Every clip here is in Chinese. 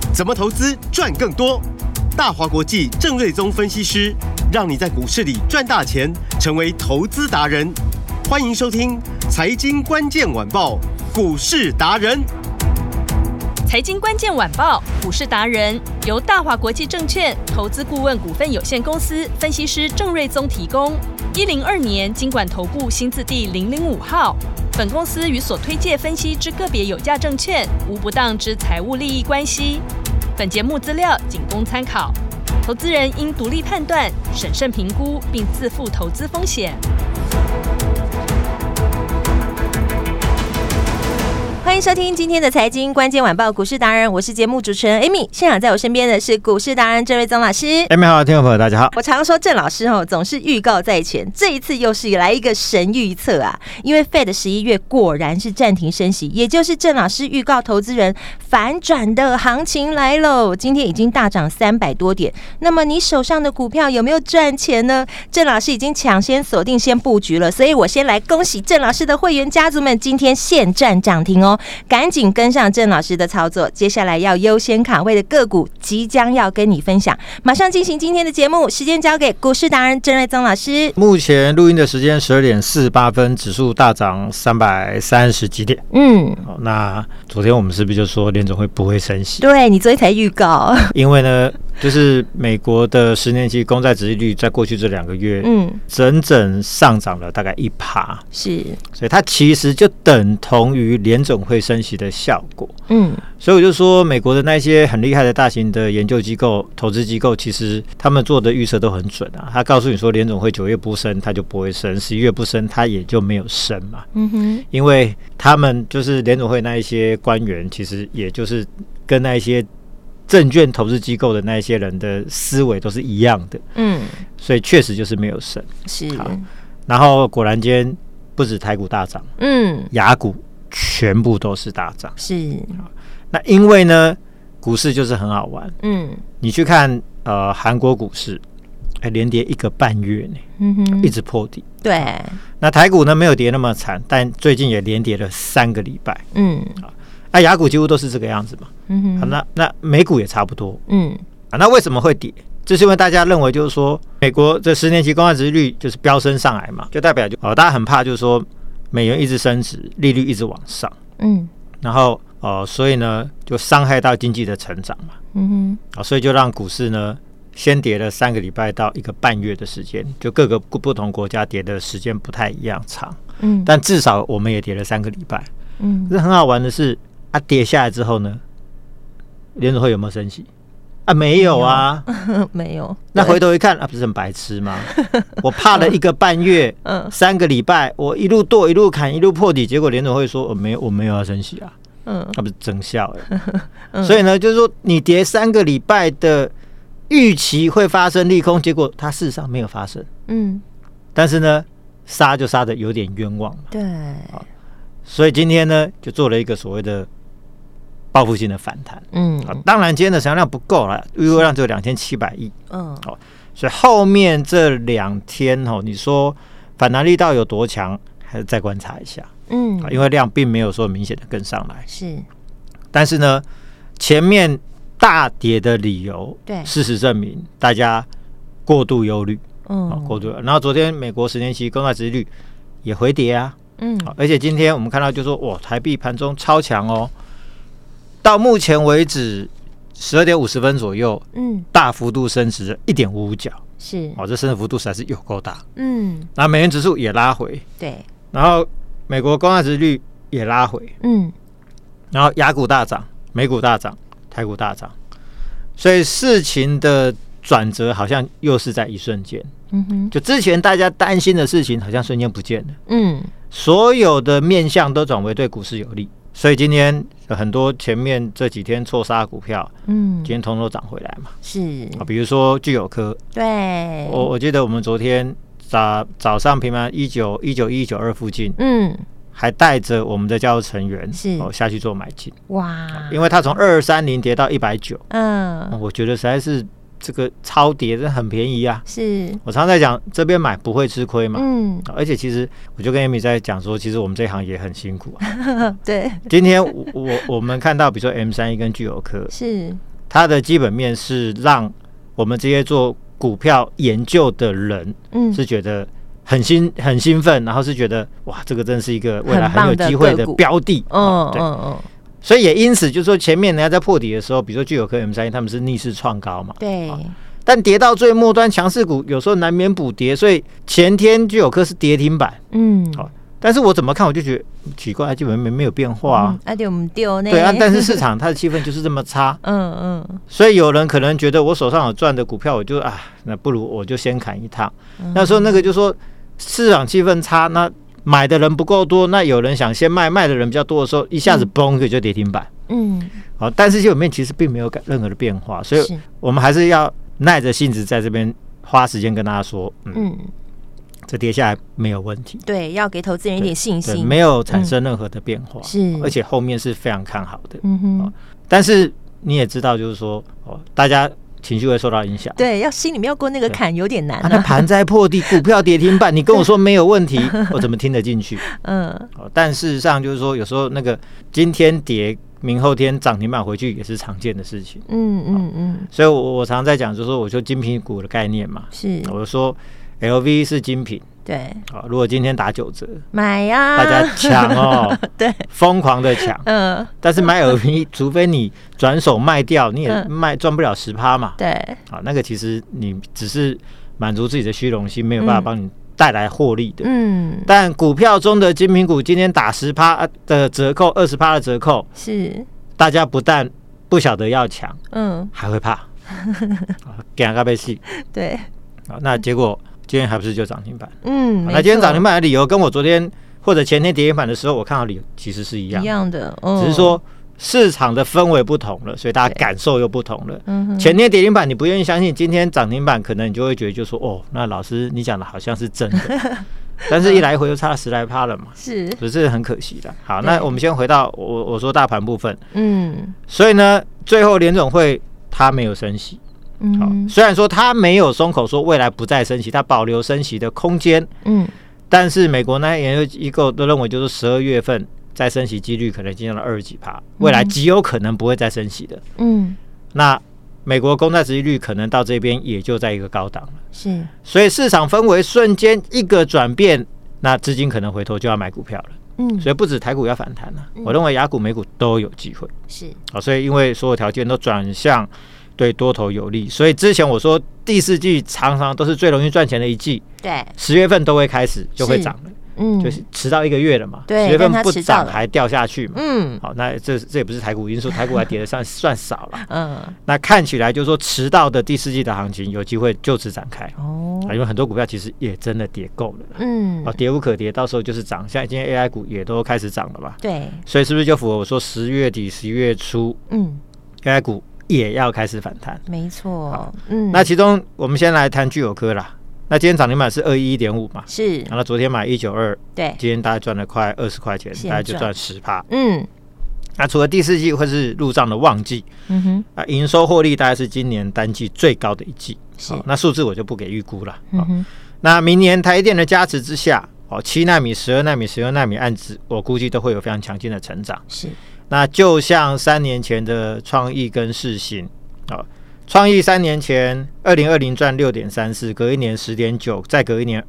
怎么投资赚更多？大华国际郑瑞宗分析师让你在股市里赚大钱，成为投资达人。欢迎收听《财经关键晚报》股市达人。 财经关键晚报股市达人由大华国际证券投资顾问股份有限公司分析师郑瑞宗提供。102年金管投顾新字第005号。本公司与所推介分析之个别有价证券无不当之财务利益关系。本节目资料仅供参考，投资人应独立判断、审慎评估，并自负投资风险。 欢迎收听今天的财经关键晚报股市达人，我是节目主持人 Amy， 现场在我身边的是股市达人郑瑞宗老师。 Amy 好，听众朋友大家好。 我常说郑老师总是预告在前，这一次又是来一个神预测啊！因为 Fed 11月果然是暂停升息，也就是郑老师预告投资人反转的行情来喽。今天已经大涨300多点，那么你手上的股票有没有赚钱呢？郑老师已经抢先锁定先布局了，所以我先来恭喜郑老师的会员家族们，今天现赚涨停哦！赶紧跟上郑老师的操作，接下来要优先卡位的个股即将要跟你分享，马上进行今天的节目，时间交给股市达人郑瑞宗老师。 目前录音的时间12点48分，指数大涨330几点。那昨天我们是不是就说联总会不会升息？ 对，你昨天才预告。 因为呢，就是美国的10年期公债殖利率在过去这2个月，整整上涨了大概1%， 是， 所以它其实就等同于联总会升息的效果。所以我就说，美国的那些很厉害的大型的研究机构、投资机构，其实他们做的预测都很准啊。他告诉你说，联总会9月不升，它就不会升；11月不升，它也就没有升嘛。因为他们就是联总会那一些官员，其实也就是跟那一些证券投资机构的那一些人的思维都是一样的。所以确实就是没有升。 是。 然后果然间不止台股大涨，亚股全部都是大涨。 是。 那因为呢，股市就是很好玩。你去看韩国股市，连跌1个半月呢，一直破底。 对。 那台股呢没有跌那么惨，但最近也连跌了3个礼拜。亚股几乎都是这个样子嘛。那美股也差不多。那为什么会跌？这是因为大家认为就是说，美国这10年期公债殖利率就是飙升上来嘛，就代表大家很怕就是说美元一直升值，利率一直往上。然后所以呢就伤害到经济的成长嘛。所以就让股市呢先跌了3个礼拜到1个半月的时间，就各个不同国家跌的时间不太一样长。但至少我们也跌了3个礼拜。可是很好玩的是，跌下来之后呢，联总会有没有升息？没有啊， 没有。 那回头一看不是很白痴吗？我怕了1个半月，3个礼拜，我一路剁一路砍一路破底，结果联总会说我没有要升息啊，不是真笑所以呢，就是说你跌3个礼拜的预期会发生利空，结果它事实上没有发生。但是呢，杀就杀的有点冤枉嘛。 对。 所以今天呢，就做了一个所谓的报复性的反弹。当然今天的成交量不够了，预估量只有2700亿。所以后面这2天你说反弹力道有多强，还是再观察一下。因为量并没有说明显的跟上来。 是。但是呢，前面大跌的理由，事实证明大家过度忧虑。过度。然后昨天美国10年期公债殖利率也回跌啊。而且今天我们看到就说，哇，台币盘中超强哦，到目前为止12点50分左右，大幅度升值了1.55角， 是， 这升值幅度实在是有够大。然后美元指数也拉回， 对， 然后美国公债殖利率也拉回，然后亚股大涨，美股大涨，台股大涨，所以事情的转折好像又是在一瞬间。就之前大家担心的事情好像瞬间不见了。所有的面向都转为对股市有利，所以今天很多前面这几天错杀股票，今天统统都涨回来嘛。 是， 比如说聚友科， 对， 我记得我们昨天早上平盘19192附近，还带着我们的家族成员下去做买进。哇，因为它从230跌到190，我觉得实在是这个超跌真的很便宜啊！是我常在讲，这边买不会吃亏嘛。而且其实我就跟 Amy 在讲说，其实我们这一行也很辛苦啊。对，今天我们看到，比如说 M31跟聚友科，是它的基本面是让我们这些做股票研究的人，是觉得很兴奋，然后是觉得哇，这个真是一个未来很有机会的标的。对。所以也因此，就是说前面人家在破底的时候，比如说聚友科、M31，他们是逆势创高嘛。 对。 但跌到最末端，强势股有时候难免补跌，所以前天聚友科是跌停板。但是我怎么看我就觉得奇怪，基本面没有变化啊。对啊，但是市场它的气氛就是这么差。所以有人可能觉得我手上有赚的股票，我就那不如我就先砍一趟。那时候那个就说市场气氛差，那买的人不够多，那有人想先卖的人比较多的时候，一下子嘣就跌停板。但是基本面其实并没有任何的变化，所以我们还是要耐着性子在这边花时间跟大家说，这跌下来没有问题。 对，要给投资人一点信心， 没有产生任何的变化，而且后面是非常看好的。但是你也知道，就是说大家情绪会受到影响。 对，要心里面要过那个坎有点难。 那盘在破地，股票跌停板，你跟我说没有问题，我怎么听得进去？但事实上就是说，有时候那个今天跌，明后天涨停板回去也是常见的事情。所以我常在讲，就是说，我就精品股的概念嘛。是，我说 LV 是精品。对，如果今天打9折， 买呀， 大家抢对， 疯狂的抢。但是买 LV， 除非你转手卖掉，你也赚不了10%嘛。对，那个其实你只是满足自己的虚荣心，没有办法帮你带来获利的。但股票中的精品股今天打10%的折扣，20%的折扣，是大家不但不晓得要抢，还会怕，给人家被戏。对，那结果今天还不是就涨停板？那今天涨停板的理由跟我昨天或者前天跌停板的时候我看到理由其实是一样的，只是说市场的氛围不同了，所以大家感受又不同了。前天跌停板你不愿意相信，今天涨停板可能你就会觉得就说那老师你讲的好像是真的，但是一来一回就差了10来%了嘛，是，所以这是很可惜的。好，那我们先回到我说大盘部分。所以呢，最后联总会它没有升息。虽然说他没有松口说未来不再升息，他保留升息的空间。但是美国那些研究机构都认为，就是12月份再升息几率可能已经到了20几%，未来极有可能不会再升息的。那美国公债殖利率可能到这边也就在一个高档了。是，所以市场氛围瞬间一个转变，那资金可能回头就要买股票了。所以不止台股要反弹了，我认为亚股、美股都有机会。是，所以因为所有条件都转向对多头有利，所以之前我说第4季常常都是最容易赚钱的一季。对，10月份都会开始就会涨了。就是迟到1个月了嘛。对，10月份不涨还掉下去嘛。好，那这也不是台股因素，台股还跌得算少了。那看起来就是说迟到的第4季的行情有机会就此展开。因为很多股票其实也真的跌够了。跌无可跌，到时候就是涨。像今天 AI 股也都开始涨了吧？对，所以是不是就符合我说10月底、11月初，AI 股也要开始反弹？没错。那其中我们先来谈聚友科啦。那今天涨停板是211.5嘛？是。然后昨天买192，对，今天大概赚了快20块钱，大概就赚10%。那除了第4季会是入账的旺季，营收获利大概是今年单季最高的一季。那数字我就不给预估了。那明年台电的加持之下，7奈米、12奈米、16奈米案子，我估计都会有非常强劲的成长。是。那就像3年前的创意跟世新，创意3年前2020赚6.34，隔一年10.9，再隔一年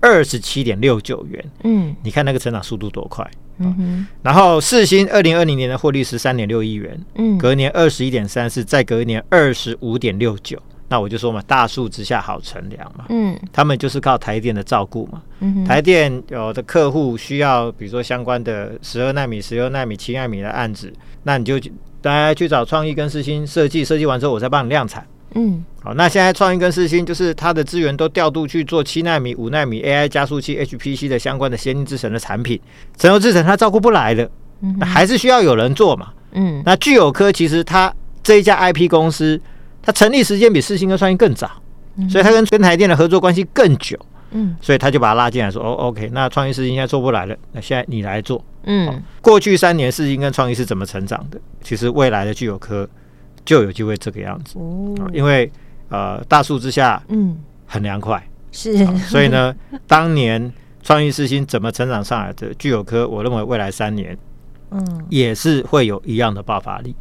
27.69元。你看那个成长速度多快。然后世新2020年的获利13.6亿元，隔一年21.34，再隔一年25.69。那我就说嘛，大树之下好乘凉嘛。他们就是靠台电的照顾嘛。台电有的客户需要，比如说相关的12奈米、16奈米、7奈米的案子，那你就大家去找创意跟世新设计完之后，我再帮你量产。好，那现在创意跟世新就是它的资源都调度去做7奈米、5奈米 AI 加速器 HPC 的相关的先进制程的产品，成熟制程它照顾不来了，那还是需要有人做嘛。那聚友科其实它这一家 IP 公司，它成立时间比世新跟创意更早，所以它跟台电的合作关系更久。所以他就把它拉进来说OK， 那创意世新现在做不来了，那现在你来做。过去3年世新跟创意是怎么成长的？其实未来的聚友科就有机会这个样子。因为大树之下很凉快。是。所以呢，当年创意世新怎么成长上来的，聚友科我认为未来3年也是会有一样的爆发力。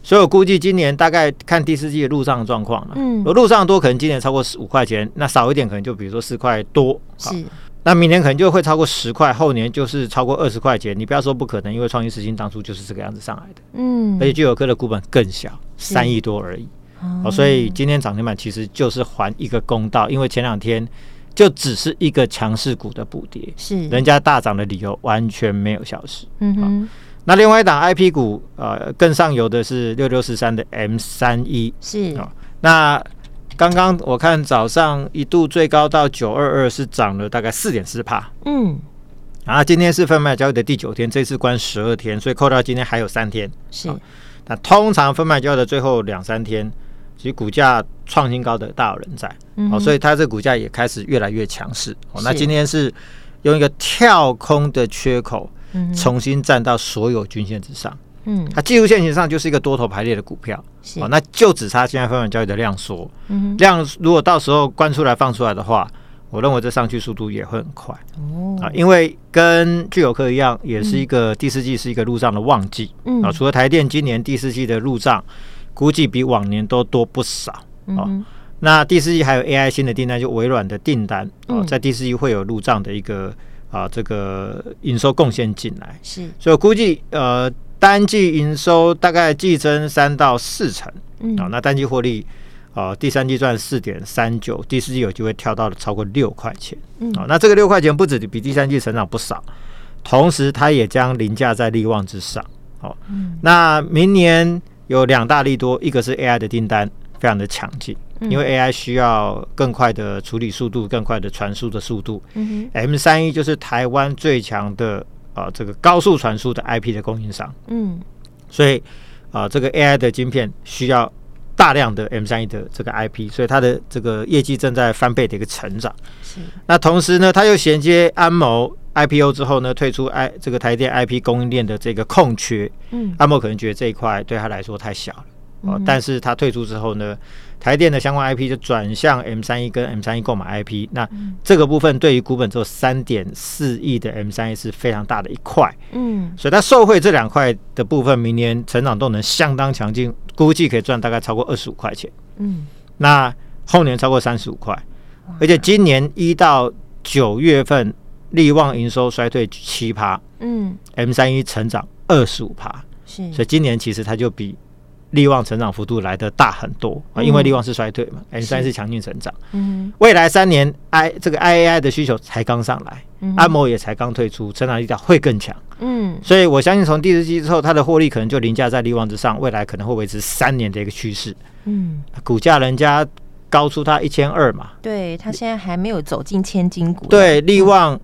所以我估计今年大概看第四季的入账状况了。入账多可能今年超过5块钱，那少一点可能就比如说4块多。是。那明年可能就会超过10块，后年就是超过20块钱。你不要说不可能，因为创意世新当初就是这个样子上来的。而且聚友科的股本更小，3亿多而已。所以今天涨停板其实就是还一个公道，因为前2天就只是一个强势股的补跌，是人家大涨的理由完全没有消失。那另外一档 IP 股，更上游的是6643的 M31， 是那。刚刚我看早上一度最高到922，是涨了大概4.4%。今天是分买交易的第9天，这次关12天，所以扣掉今天还有3天。是，那通常分买交易的最后2-3天，其实股价创新高的大有人在。所以它这股价也开始越来越强势。那今天是用一个跳空的缺口，重新站到所有均线之上。它技术线型上就是一个多头排列的股票，那就只差现在分盘交易的量缩。量如果到时候关出来放出来的话，我认为这上去速度也会很快。因为跟聚友科一样，也是一个第四季是一个入账的旺季。除了台电今年第四季的入账，估计比往年都多不少。那第四季还有 AI 新的订单，就微软的订单，在第四季会有入账的一个这个营收贡献进来。是，所以我估计单季营收大概季增3到4成，那单季获利，第三季赚4.39，第四季有机会跳到超过6块钱，那这个6块钱不止比第三季成长不少，同时它也将凌驾在力旺之上，那明年有2大利多，一个是 AI 的订单非常的强劲，因为 AI 需要更快的处理速度，更快的传输的速度，M31就是台湾最强的。这个高速传输的 IP 的供应商，所以这个 AI 的晶片需要大量的 M31的这个 IP， 所以它的这个业绩正在翻倍的一个成长。是，那同时呢，它又衔接安谋 IPO 之后呢，退出这个台电 IP 供应链的这个空缺，安谋可能觉得这一块对他来说太小了，但是他退出之后呢，台电的相关 IP 就转向 M31跟 M31购买 IP， 那这个部分对于股本只有3.4亿的 M31是非常大的一块，所以它受惠这2块的部分，明年成长动能相当强劲，估计可以赚大概超过25块钱，那后年超过35块，而且今年1到9月份力旺营收衰退7%，M31成长25%，所以今年其实它就比力旺成长幅度来得大很多，因为力旺是衰退嘛，M31是强劲成长。未来3年这个 IAI 的需求才刚上来，安谋也才刚退出，成长力道会更强。所以我相信从第4季之后，它的获利可能就凌驾在力旺之上，未来可能会维持3年的一个趋势。股价人家高出它1200嘛， 对，它现在还没有走进千金股。 对，力旺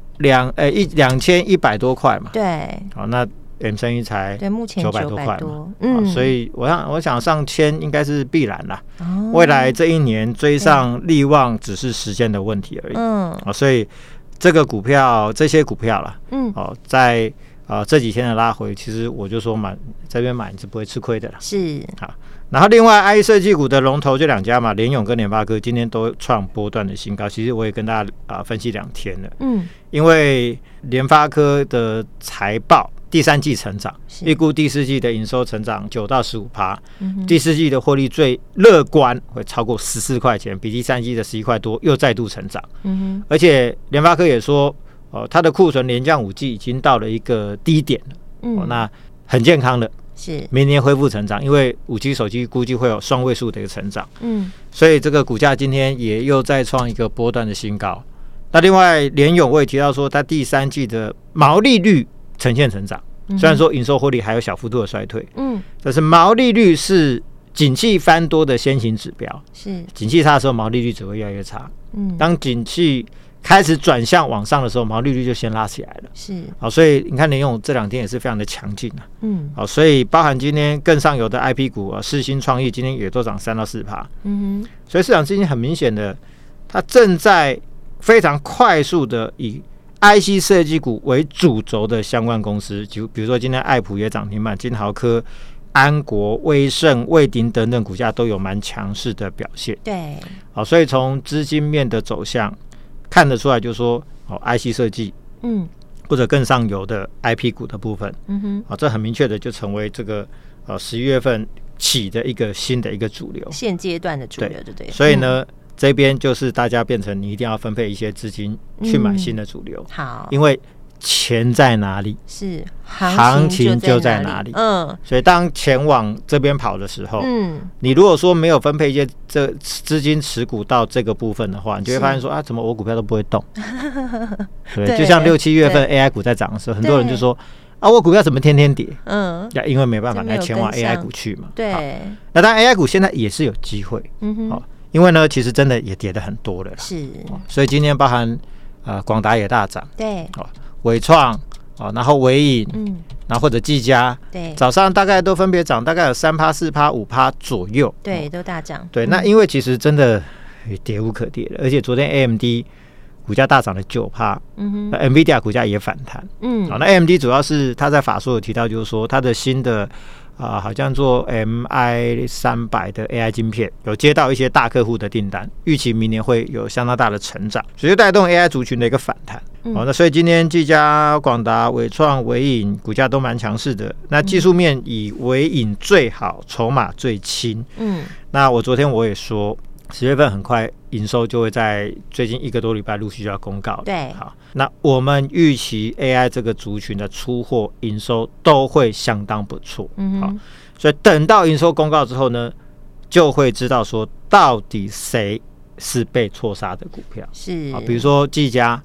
2100多块嘛。 对， 好，那M31才对，目前900多块嘛，所以我想上千应该是必然啦。未来这1年追上力旺只是时间的问题而已。所以这些股票啦，在这几天的拉回，其实我就说这边买你是不会吃亏的啦。是好，然后另外 IE 设计股的龙头就2家嘛，联咏跟联发科今天都创波段的新高。其实我也跟大家分析2天了，因为联发科的财报。第3季成长，预估第4季的营收成长9到15%，第4季的获利最乐观会超过14块钱，比第3季的11块多，又再度成长。而且联发科也说，它的库存连降5季已经到了一个低点了，那很健康的，是明年恢复成长，因为5G手机估计会有双位数的一个成长。所以这个股价今天也又再创一个波段的新高。那另外联咏我也提到说，它第3季的毛利率呈现成长，虽然说营收获利还有小幅度的衰退，但是毛利率是景气翻多的先行指标。是景气差的时候，毛利率只会越来越差。当景气开始转向往上的时候，毛利率就先拉起来了。是好，所以你看联咏这2天也是非常的强劲啊。好，所以包含今天更上游的 IP 股世新创意今天也都涨3到4%。所以市场资金很明显的，它正在非常快速的以IC 设计股为主轴的相关公司，就比如说今天爱普也涨停板，金豪科、安国、威盛、卫鼎等等股价都有蛮强势的表现。对，好，所以从资金面的走向看得出来，就是说IC 设计，或者更上游的 IP 股的部分，好，这很明确的就成为这个11月份起的一个新的一个主流， 现阶段的主流，对不对？ 所以呢，这边就是大家变成你一定要分配一些资金去买新的主流， 好， 因为钱在哪里， 是行情就在哪里。所以当钱往这边跑的时候，你如果说没有分配一些这资金持股到这个部分的话，你就会发现说啊，怎么我股票都不会动？对，就像6、7月份 AI 股在涨的时候，很多人就说啊，我股票怎么天天跌？因为没办法，那钱往 AI 股去嘛。 对， 那当然 AI 股现在也是有机会，因为呢，其实真的也跌得很多了啦。 是， 所以今天包含广达也大涨， 对， 伟创然后伟影，然后或者技嘉， 对， 早上大概都分别涨，大概有3%、4%、5%左右， 对，都大涨。 对，那因为其实真的跌无可跌了，而且昨天 AMD 股价大涨了9%，NVIDIA 股价也反弹，好，那 AMD 主要是他在法说有提到，就是说他的新的好像做 MI300的 AI 晶片，有接到一些大客户的订单，预期明年会有相当大的成长，所以就带动 AI 族群的一个反弹。那所以今天技嘉、广达、伟创、伟影股价都蛮强势的。那技术面以伟影最好，筹码最轻。那我昨天我也说，10月份很快营收就会在最近1个多礼拜陆续就要公告了。 对， 好，那我们预期 AI 这个族群的出货营收都会相当不错。好，所以等到营收公告之后呢，就会知道说到底谁是被错杀的股票。 是啊，比如说技嘉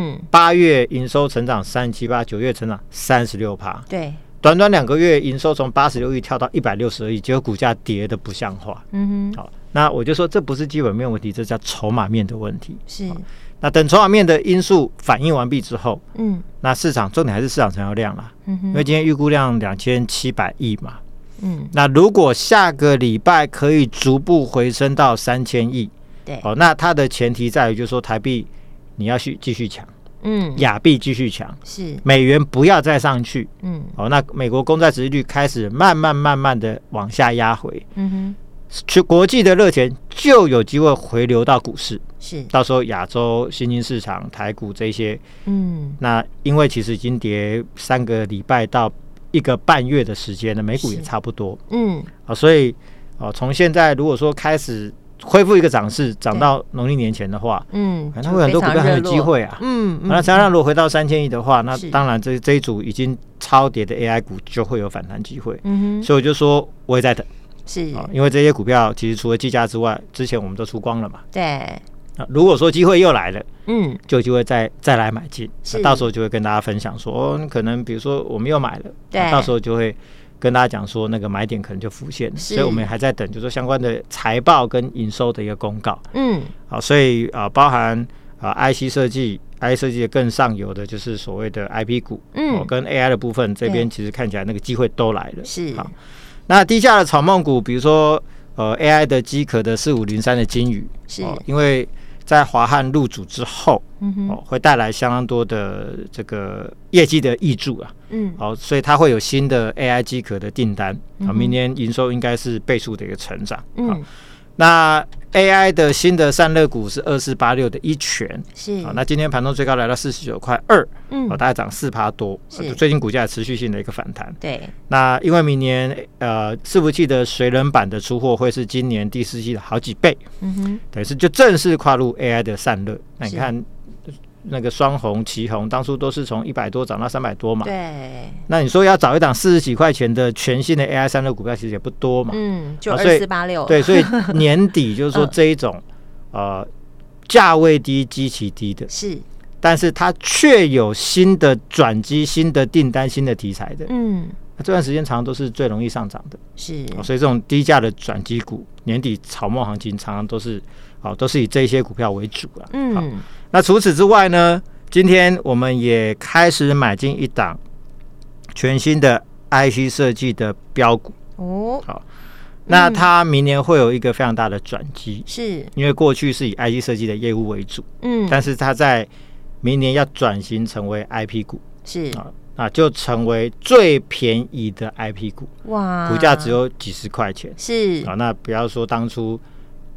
，8月营收成长378%， 9月成长36%。 对。 短短2个月，营收从86亿跳到162亿，结果股价跌得不像话。好，那我就说这不是基本面问题，这叫筹码面的问题。 是， 那等筹码面的因素反映完毕之后，那市场重点还是市场成交量啦。因为今天预估量2700亿嘛。那如果下个礼拜可以逐步回升到3000亿， 对， 那它的前提在于就是说台币你要继续强。亚币继续强， 是美元不要再上去，那美国公债殖利率开始慢慢的往下压回，去国际的热钱就有机会回流到股市， 是到时候亚洲新兴市场、台股这些，那因为其实已经跌3个礼拜到1个半月的时间了，美股也差不多，所以从现在如果说开始恢复一个涨势，涨到农历年前的话，那会很多股票很有机会啊。那成交量如果回到3000亿的话，那当然这一组已经超跌的 AI 股就会有反弹机会。所以我就说我也在等， 是因为这些股票其实除了技嘉之外，之前我们都出光了嘛。 对。 如果说机会又来了，就有机会再来买进，到时候就会跟大家分享说，可能比如说我们又买了，到时候就会跟大家讲说那个买点可能就浮现了，所以我们还在等，就是说相关的财报跟营收的一个公告。好，所以包含IC 设计的更上游的就是所谓的 IP 股，跟 AI 的部分这边其实看起来那个机会都来了。 是好，那低价的草梦股，比如说AI 的机壳的4503的金宇， 是因为在华汉入主之后，会带来相当多的这个业绩的挹注啊，所以它会有新的 AI 机壳的订单，明年营收应该是倍数的一个成长。那 AI 的新的散热股是2486的一拳， 是那今天盘中最高来到49.2块，大概涨4%多，最近股价持续性的一个反弹。 对， 那因为明年伺服器的水冷版的出货会是今年第4季的好几倍，等于是就正式跨入 AI 的散热。那你看那个双红、奇宏当初都是从100多涨到300多嘛， 对。 那你说要找一档40几块钱的全新的 AI 散热股票，其实也不多嘛， 就2486。 对，所以年底就是说这一种价位低、基期低的， 是， 但是它却有新的转机、新的订单、新的题材的，这段时间常常都是最容易上涨的， 是。 所以这种低价的转机股，年底草梦行情常常都是以这些股票为主啊。那除此之外呢，今天我们也开始买进一档全新的 IC 设计的标股。好，那它明年会有一个非常大的转机， 是因为过去是以 IC 设计的业务为主，但是它在明年要转型成为 IP 股， 是就成为最便宜的 IP 股， 哇， 股价只有几十块钱， 是那不要说当初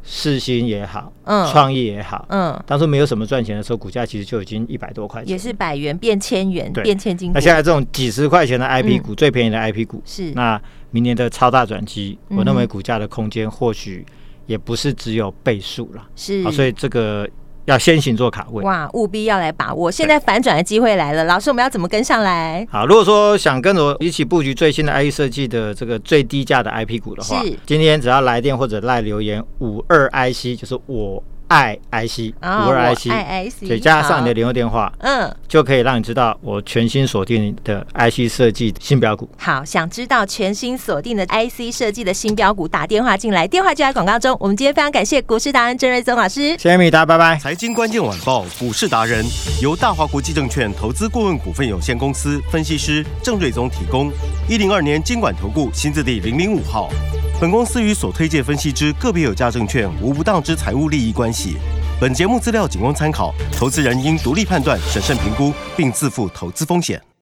世新也好，创意也好，当初没有什么赚钱的时候，股价其实就已经100多块钱， 也是100元变1000元，变千金股。 那现在这种几十块钱的 IP 股，最便宜的 IP 股是，那明年的超大转机，我认为股价的空间或许也不是只有倍数了，是，所以这个要先行做卡位， 哇，务必要来把握。现在反转的机会来了，老师，我们要怎么跟上来？ 好，如果说想跟我一起布局最新的 IC 设计的这个最低价的 IP 股的话，今天只要来电或者赖留言52IC，就是我爱 IC， 52IC， 再加上你的联络电话，就可以让你知道我全新锁定的 IC 设计新标股。 好，想知道全新锁定的 IC 设计的新标股，打电话进来，电话就在广告中。我们今天非常感谢股市达人郑瑞宗老师， 谢谢米达，拜拜。 财经关键晚报股市达人由大华国际证券投资顾问股份有限公司分析师郑瑞宗提供。102年金管投顾新字第005号。本公司与所推介分析之个别有价证券无不当之财务利益关系。本节目资料仅供参考，投资人应独立判断、审慎评估，并自负投资风险。